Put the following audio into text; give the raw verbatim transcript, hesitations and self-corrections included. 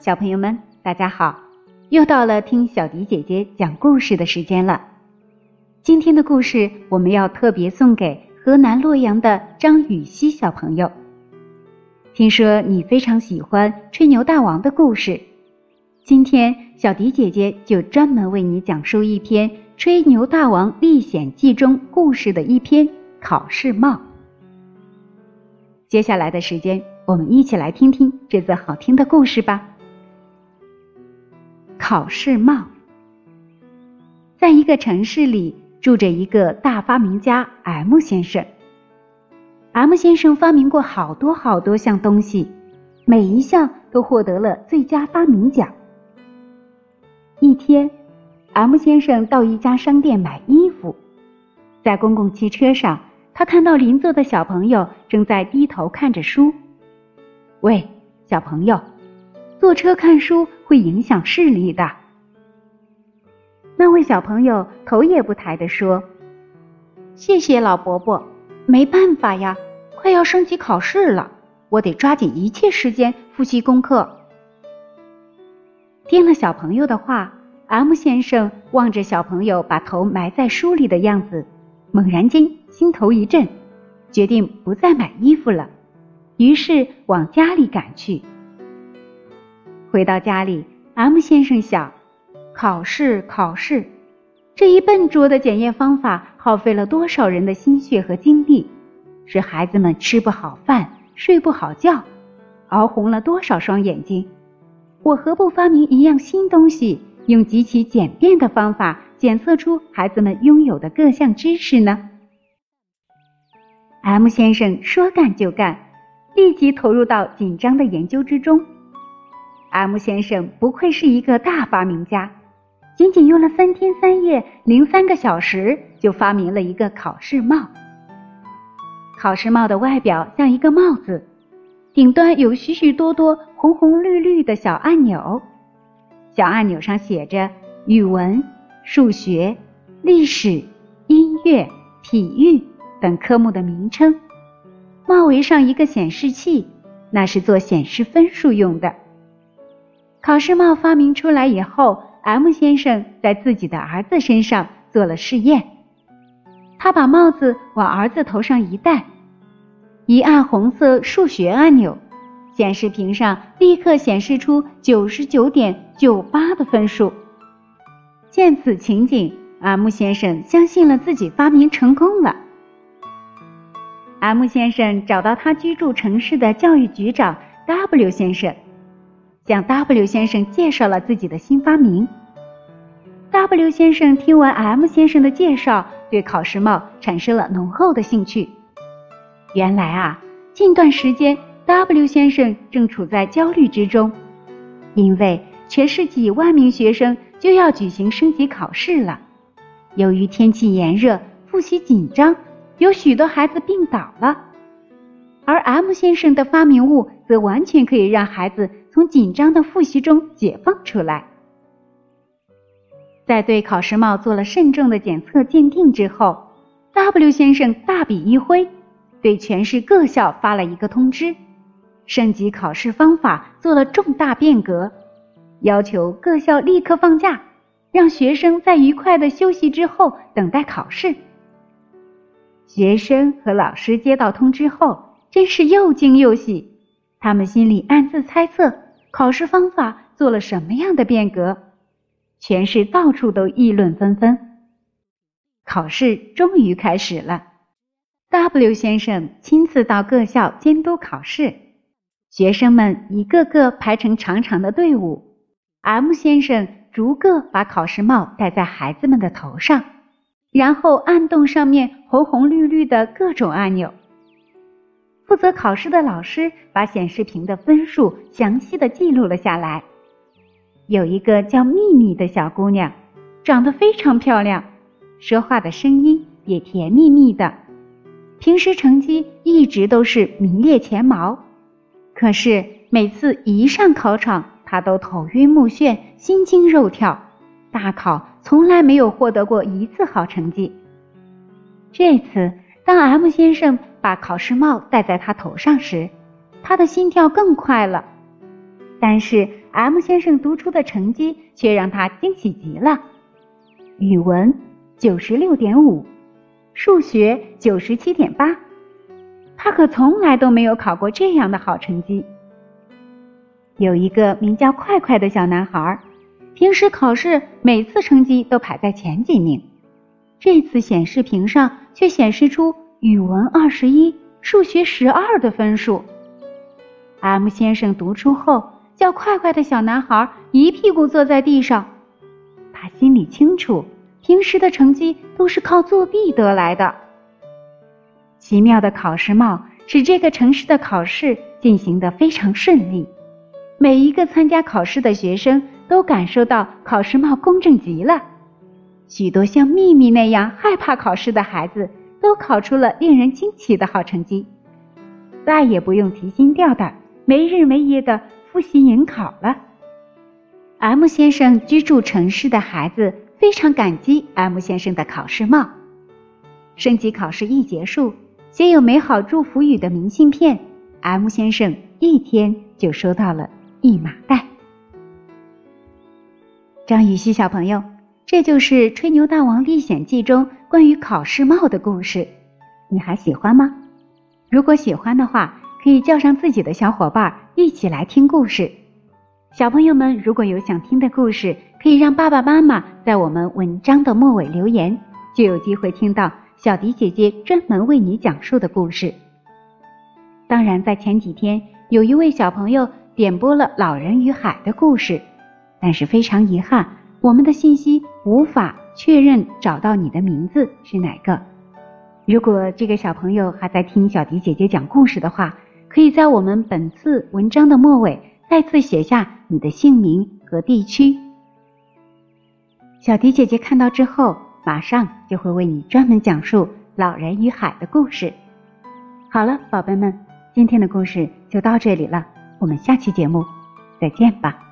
小朋友们，大家好，又到了听小迪姐姐讲故事的时间了。今天的故事我们要特别送给河南洛阳的张雨熙小朋友。听说你非常喜欢吹牛大王的故事，今天小迪姐姐就专门为你讲述一篇《吹牛大王历险记》中故事的一篇考试帽。接下来的时间，我们一起来听听这则好听的故事吧。考试帽。在一个城市里住着一个大发明家 M 先生。M 先生发明过好多好多项东西，每一项都获得了最佳发明奖。一天， M 先生到一家商店买衣服，在公共汽车上，他看到邻座的小朋友正在低头看着书。喂，小朋友，坐车看书会影响视力的。那位小朋友头也不抬地说：谢谢老伯伯，没办法呀，快要升级考试了，我得抓紧一切时间复习功课。听了小朋友的话， M 先生望着小朋友把头埋在书里的样子，猛然间心头一震，决定不再买衣服了，于是往家里赶去。回到家里， M 先生想，考试考试，这一笨拙的检验方法耗费了多少人的心血和精力，使孩子们吃不好饭，睡不好觉，熬红了多少双眼睛。我何不发明一样新东西，用极其简便的方法检测出孩子们拥有的各项知识呢？ M 先生说干就干，立即投入到紧张的研究之中。 M 先生不愧是一个大发明家，仅仅用了三天三夜零三个小时就发明了一个考试帽。考试帽的外表像一个帽子，顶端有许许多多红红绿绿的小按钮，小按钮上写着语文、数学、历史、音乐、体育等科目的名称。帽围上一个显示器，那是做显示分数用的。考试帽发明出来以后， M 先生在自己的儿子身上做了试验。他把帽子往儿子头上一戴，一按红色数学按钮，显示屏上立刻显示出 九十九点九八 的分数。见此情景， M 先生相信了自己发明成功了。 M 先生找到他居住城市的教育局长 W 先生，向 W 先生介绍了自己的新发明。 W 先生听完 M 先生的介绍，对考试帽产生了浓厚的兴趣。原来啊，近段时间 W 先生正处在焦虑之中，因为全市几万名学生就要举行升级考试了。由于天气炎热，复习紧张，有许多孩子病倒了。而 M 先生的发明物则完全可以让孩子从紧张的复习中解放出来。在对考试帽做了慎重的检测鉴定之后， W 先生大笔一挥，对全市各校发了一个通知，升级考试方法做了重大变革，要求各校立刻放假，让学生在愉快的休息之后等待考试。学生和老师接到通知后，真是又惊又喜，他们心里暗自猜测考试方法做了什么样的变革，全市到处都议论纷纷。考试终于开始了， W 先生亲自到各校监督考试，学生们一个个排成长长的队伍， M 先生逐个把考试帽戴在孩子们的头上，然后按动上面红红绿绿的各种按钮。负责考试的老师把显示屏的分数详细的记录了下来。有一个叫秘密的小姑娘，长得非常漂亮，说话的声音也甜蜜蜜的，平时成绩一直都是名列前茅。可是每次一上考场，她都头晕目眩，心惊肉跳，大考从来没有获得过一次好成绩。这次当 M 先生把考试帽戴在他头上时，他的心跳更快了。 但是 M 先生读出的成绩却让他惊喜极了。语文 九十六点五， 数学 九十七点八， 他可从来都没有考过这样的好成绩。有一个名叫快快的小男孩，平时考试每次成绩都排在前几名，这次显示屏上却显示出语文二十一，数学十二的分数。 M 先生读出后，叫快快的小男孩一屁股坐在地上。他心里清楚，平时的成绩都是靠作弊得来的。奇妙的考试帽使这个城市的考试进行得非常顺利，每一个参加考试的学生都感受到考试帽公正极了。许多像秘密那样害怕考试的孩子都考出了令人惊奇的好成绩，再也不用提心吊胆没日没夜的复习迎考了。 M 先生居住城市的孩子非常感激 M 先生的考试帽。升级考试一结束，写有美好祝福语的明信片 M 先生一天就收到了一麻袋。张雨绮小朋友，这就是《吹牛大王历险记》中关于考试帽的故事，你还喜欢吗？如果喜欢的话，可以叫上自己的小伙伴一起来听故事。小朋友们如果有想听的故事，可以让爸爸妈妈在我们文章的末尾留言，就有机会听到小迪姐姐专门为你讲述的故事。当然，在前几天有一位小朋友点播了《老人与海》的故事，但是非常遗憾，我们的信息无法确认找到你的名字是哪个。如果这个小朋友还在听小迪姐姐讲故事的话，可以在我们本次文章的末尾再次写下你的姓名和地区。小迪姐姐看到之后，马上就会为你专门讲述《老人与海》的故事。好了，宝贝们，今天的故事就到这里了，我们下期节目再见吧。